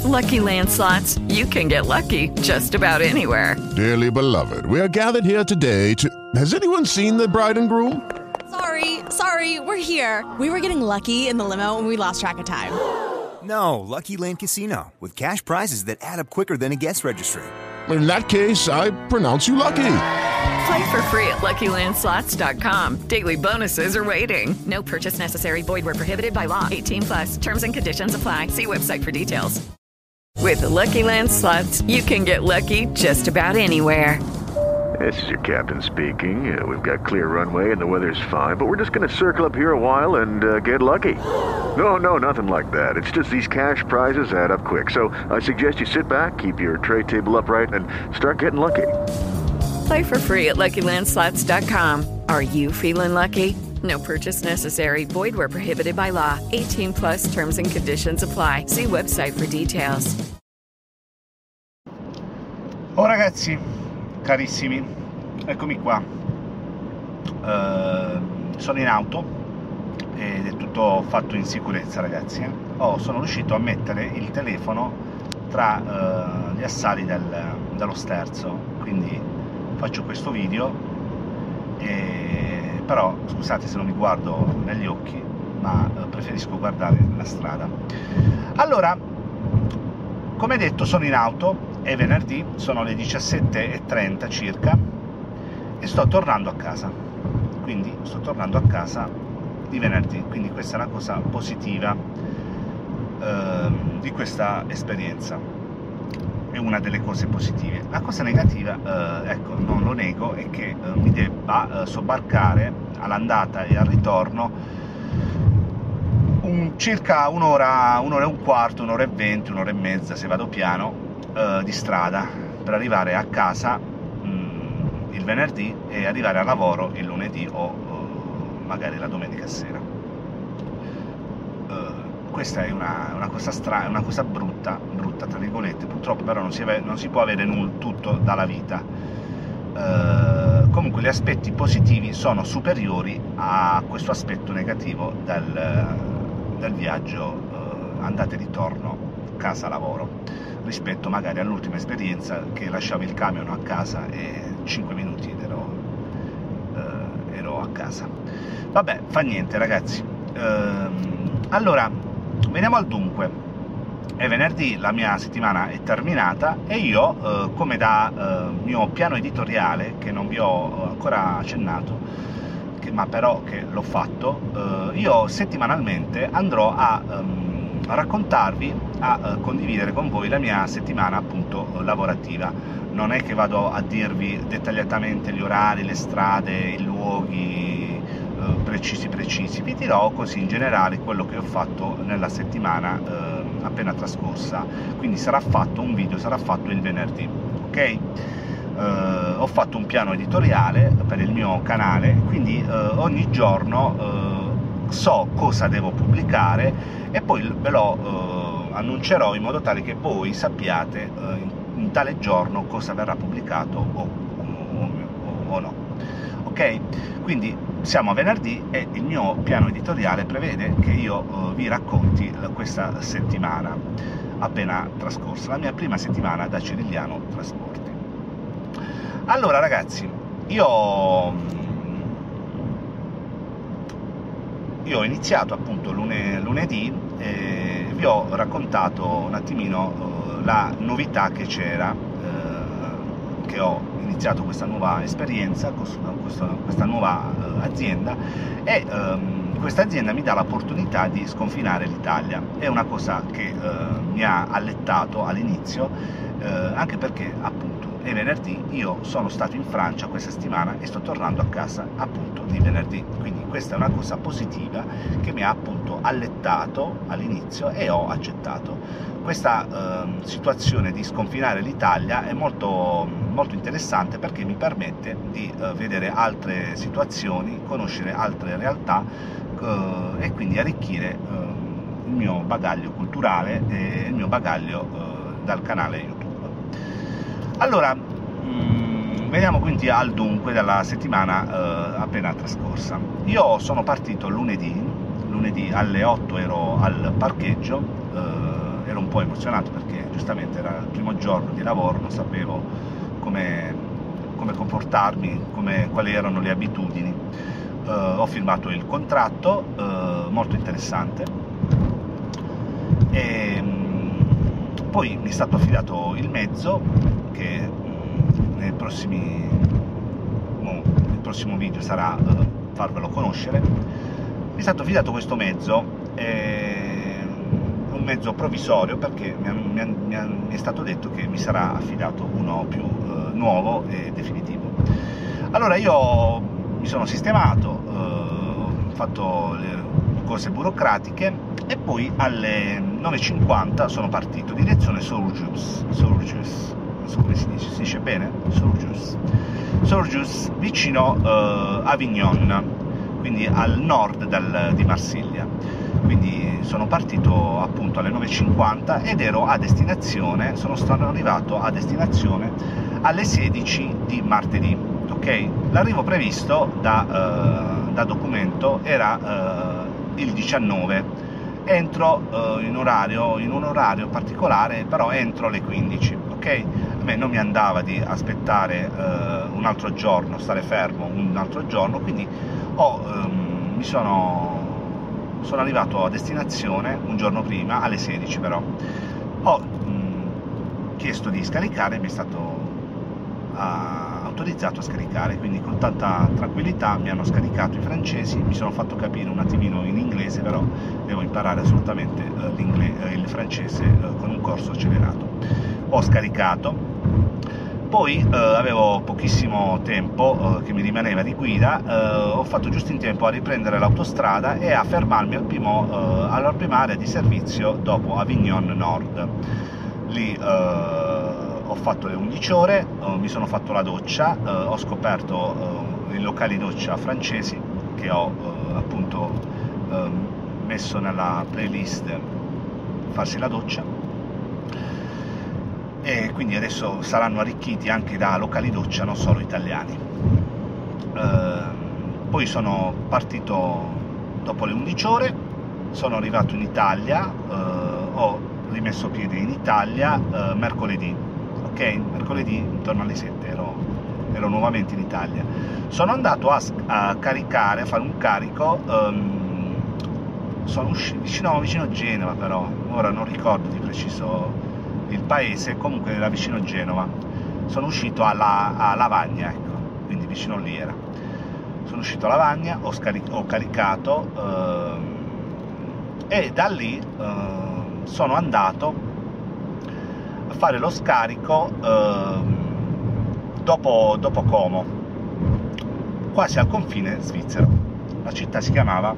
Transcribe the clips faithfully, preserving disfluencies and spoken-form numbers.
Lucky Land Slots, you can get lucky just about anywhere. Dearly beloved, we are gathered here today to... Has anyone seen the bride and groom? Sorry, sorry, we're here. We were getting lucky in the limo and we lost track of time. No, Lucky Land Casino, with cash prizes that add up quicker than a guest registry. In that case, I pronounce you lucky. Play for free at Lucky Land Slots dot com. Daily bonuses are waiting. No purchase necessary. Void where prohibited by law. eighteen plus. Terms and conditions apply. See website for details. With the Lucky Land Slots, you can get lucky just about anywhere. This is your captain speaking. Uh, we've got clear runway and the weather's fine, but we're just going to circle up here a while and uh, get lucky. No, no, nothing like that. It's just these cash prizes add up quick. So I suggest you sit back, keep your tray table upright, and start getting lucky. Play for free at Lucky Land Slots dot com. Are you feeling lucky? No purchase necessary. Void where prohibited by law. eighteen plus terms and conditions apply. See website for details. Oh ragazzi, carissimi, eccomi qua. Uh, sono in auto ed è tutto fatto in sicurezza, ragazzi. Eh? Oh, sono riuscito a mettere il telefono tra uh, gli assali del, dello sterzo, quindi faccio questo video, e, però scusate se non mi guardo negli occhi, ma uh, preferisco guardare la strada. Allora, come detto, sono in auto, è venerdì, sono le diciassette e trenta circa e sto tornando a casa, quindi sto tornando a casa di venerdì, quindi questa è una cosa positiva eh, di questa esperienza, è una delle cose positive. La cosa negativa, eh, ecco, non lo nego, è che eh, mi debba eh, sobbarcare all'andata e al ritorno un, circa un'ora, un'ora e un quarto, un'ora e venti, un'ora e mezza se vado piano eh, di strada per arrivare a casa mh, il venerdì e arrivare a lavoro il lunedì o uh, magari la domenica sera. Uh, questa è una, una cosa strana, una cosa brutta, brutta tra virgolette, purtroppo però non si, ave- non si può avere null- tutto dalla vita. Uh, comunque gli aspetti positivi sono superiori a questo aspetto negativo del, del viaggio uh, andata e ritorno casa-lavoro, rispetto magari all'ultima esperienza che lasciavo il camion a casa e cinque minuti ed ero, uh, ero a casa. Vabbè, fa niente ragazzi. Uh, allora, veniamo al dunque. È venerdì, la mia settimana è terminata e io, uh, come da uh, mio piano editoriale, che non vi ho ancora accennato, che, ma però che l'ho fatto, uh, io settimanalmente andrò a um, raccontarvi, a uh, condividere con voi la mia settimana appunto lavorativa. Non è che vado a dirvi dettagliatamente gli orari, le strade, i luoghi uh, precisi precisi, vi dirò così in generale quello che ho fatto nella settimana uh, appena trascorsa, quindi sarà fatto un video, sarà fatto il venerdì, ok? Uh, ho fatto un piano editoriale per il mio canale, quindi uh, ogni giorno uh, so cosa devo pubblicare e poi ve lo uh, annuncerò in modo tale che voi sappiate uh, in, in tale giorno cosa verrà pubblicato o, o, o, o no, ok? Quindi siamo a venerdì e il mio piano editoriale prevede che io uh, vi racconti questa settimana appena trascorsa, la mia prima settimana da Cirigliano Trasporti. Allora ragazzi, io, io ho iniziato appunto lune, lunedì e vi ho raccontato un attimino uh, la novità che c'era, uh, che ho iniziato questa nuova esperienza, questa, questa nuova uh, azienda, e um, questa azienda mi dà l'opportunità di sconfinare l'Italia. È una cosa che uh, mi ha allettato all'inizio, uh, anche perché appunto è venerdì, io sono stato in Francia questa settimana e sto tornando a casa appunto di venerdì, quindi questa è una cosa positiva che mi ha appunto allettato all'inizio e ho accettato. Questa eh, situazione di sconfinare l'Italia è molto, molto interessante perché mi permette di eh, vedere altre situazioni, conoscere altre realtà eh, e quindi arricchire eh, il mio bagaglio culturale e il mio bagaglio eh, dal canale YouTube. Allora, mh, veniamo quindi al dunque della settimana eh, appena trascorsa. Io sono partito lunedì, lunedì alle otto ero al parcheggio, eh, ero un po' emozionato perché giustamente era il primo giorno di lavoro, non sapevo come, come comportarmi, come, quali erano le abitudini. Uh, ho firmato il contratto, uh, molto interessante, e um, poi mi è stato affidato il mezzo che um, nei prossimi, no, nel prossimo video sarà uh, farvelo conoscere. Mi è stato affidato questo mezzo, eh, un mezzo provvisorio, perché mi, mi, mi, mi è stato detto che mi sarà affidato uno più uh, nuovo e definitivo. Allora io mi sono sistemato, eh, ho fatto le cose burocratiche e poi alle nove e cinquanta sono partito, direzione Sourjus, Sourjus, non so come si dice, si dice bene? Sourjus, Sourjus, vicino eh, Avignon, quindi al nord dal, di Marsiglia. Quindi sono partito appunto alle nove e cinquanta ed ero a destinazione, sono stato arrivato a destinazione alle sedici di martedì. Ok, l'arrivo previsto da, uh, da documento era uh, il diciannove, entro uh, in, orario, in un orario particolare, però entro le quindici. Ok, a me non mi andava di aspettare uh, un altro giorno, stare fermo un altro giorno, quindi ho, um, mi sono, sono arrivato a destinazione un giorno prima, alle sedici però. Ho um, chiesto di scaricare, mi è stato uh, autorizzato a scaricare, quindi con tanta tranquillità mi hanno scaricato i francesi, mi sono fatto capire un attimino in inglese, però devo imparare assolutamente uh, uh, il francese uh, con un corso accelerato. Ho scaricato, poi uh, avevo pochissimo tempo uh, che mi rimaneva di guida, uh, ho fatto giusto in tempo a riprendere l'autostrada e a fermarmi al primo, uh, alla prima area di servizio dopo Avignon Nord. Lì uh, ho fatto le undici ore, uh, mi sono fatto la doccia, uh, ho scoperto uh, i locali doccia francesi che ho uh, appunto uh, messo nella playlist farsi la doccia, e quindi adesso saranno arricchiti anche da locali doccia non solo italiani. Uh, poi sono partito dopo le undici ore, sono arrivato in Italia, uh, ho rimesso piede in Italia uh, mercoledì. Ok, mercoledì intorno alle sette ero, ero nuovamente in Italia. Sono andato a, a caricare, a fare un carico, um, sono uscito vicino, vicino a Genova, però ora non ricordo di preciso il paese, comunque era vicino a Genova. Sono uscito alla, a Lavagna, ecco, quindi vicino lì era. Sono uscito a Lavagna, ho, scaric- ho caricato um, e da lì uh, sono andato a fare lo scarico eh, dopo, dopo Como, quasi al confine svizzero. La città si chiamava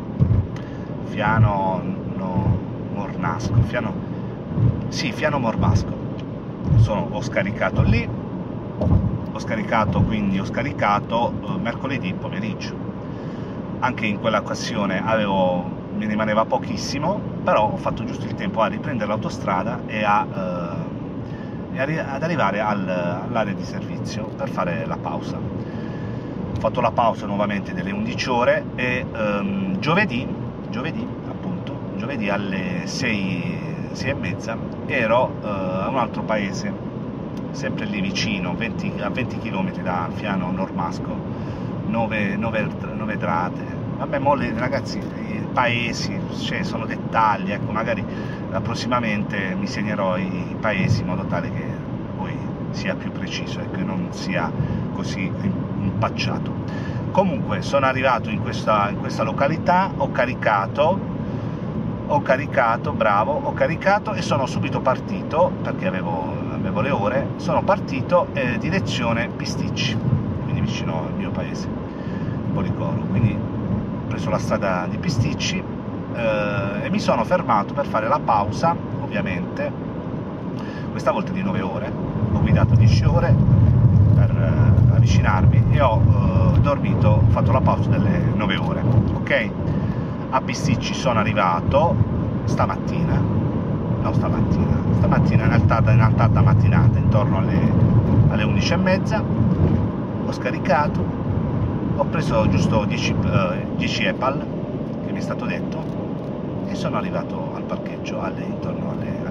Fiano no, Mornasco, Fiano, sì, Fiano Mormasco. Sono, ho scaricato lì, ho scaricato, quindi ho scaricato eh, mercoledì pomeriggio. Anche in quella occasione avevo, mi rimaneva pochissimo, però ho fatto giusto il tempo a riprendere l'autostrada e a eh, ad arrivare al, all'area di servizio per fare la pausa. Ho fatto la pausa nuovamente delle undici ore e um, giovedì, giovedì appunto, giovedì alle sei e mezza ero uh, a un altro paese, sempre lì vicino, venti, a venti chilometri da Fiano Normasco, nove, nove, nove Drate. Vabbè, molle, ragazzi, i paesi, cioè, sono dettagli, ecco, magari prossimamente mi segnerò i paesi in modo tale che poi sia più preciso e che non sia così impacciato. Comunque sono arrivato in questa, in questa località, ho caricato, ho caricato, bravo, ho caricato e sono subito partito, perché avevo, avevo le ore, sono partito eh, direzione Pisticci, quindi vicino al mio paese, Policoro, quindi ho preso la strada di Pisticci eh, e mi sono fermato per fare la pausa, ovviamente, questa volta di nove ore, ho guidato dieci ore per eh, avvicinarmi e ho eh, dormito, ho fatto la pausa delle nove ore, ok? A Pisticci sono arrivato stamattina, no stamattina, stamattina in tarda, in tarda mattinata, intorno alle, alle undici e mezza, ho scaricato, ho preso giusto dieci, eh, dieci Apple, che mi è stato detto, e sono arrivato al parcheggio alle, intorno alle,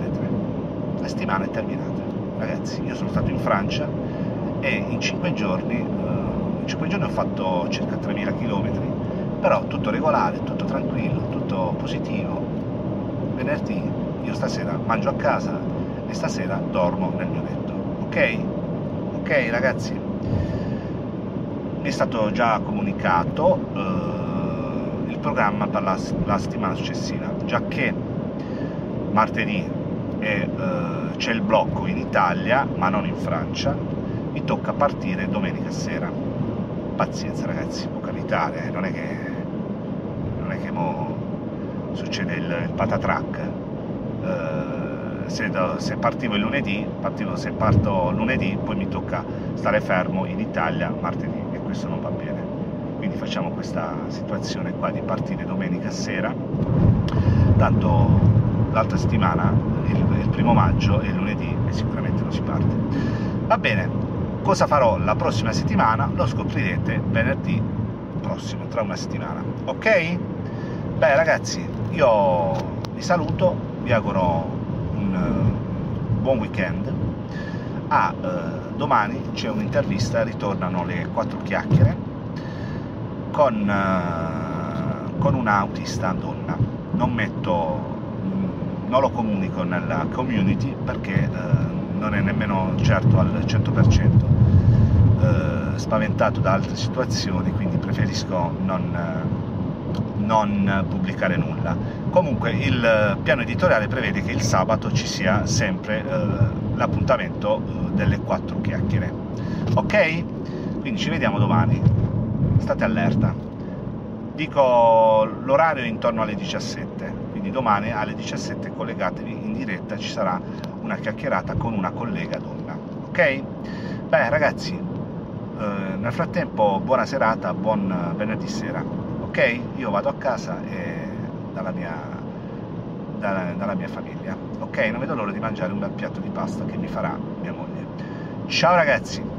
settimana è terminata. Ragazzi, io sono stato in Francia e in cinque giorni, eh, in cinque giorni ho fatto circa tremila chilometri, però tutto regolare, tutto tranquillo, tutto positivo. Venerdì io stasera mangio a casa e stasera dormo nel mio letto, ok? Ok ragazzi, mi è stato già comunicato eh, il programma per la, la settimana successiva, già che martedì è, eh, c'è il blocco in Italia ma non in Francia, mi tocca partire domenica sera. Pazienza ragazzi, può capitare, non è che non è che mo succede il, il patatrac. eh, Se, se partivo il lunedì, partivo, se parto lunedì, poi mi tocca stare fermo in Italia martedì e questo non va bene. Quindi facciamo questa situazione qua di partire domenica sera, tanto l'altra settimana, il, il primo maggio e il lunedì e sicuramente non si parte. Va bene, cosa farò la prossima settimana lo scoprirete venerdì prossimo, tra una settimana, ok? Beh ragazzi, io vi saluto, vi auguro un buon weekend. Ah, eh, domani c'è un'intervista, ritornano le quattro chiacchiere con, eh, con una autista donna. Non metto, non lo comunico nella community perché eh, non è nemmeno certo al cento per cento, eh, spaventato da altre situazioni, quindi preferisco non, non pubblicare nulla. Comunque il piano editoriale prevede che il sabato ci sia sempre eh, l'appuntamento eh, delle quattro chiacchiere, ok? Quindi ci vediamo domani, state allerta. Dico l'orario è intorno alle diciassette, quindi domani alle diciassette collegatevi in diretta, ci sarà una chiacchierata con una collega donna, ok? Beh ragazzi, eh, nel frattempo buona serata, buon venerdì sera, ok? Io vado a casa e dalla mia, dalla, dalla mia famiglia, ok? Non vedo l'ora di mangiare un bel piatto di pasta che mi farà mia moglie. Ciao ragazzi!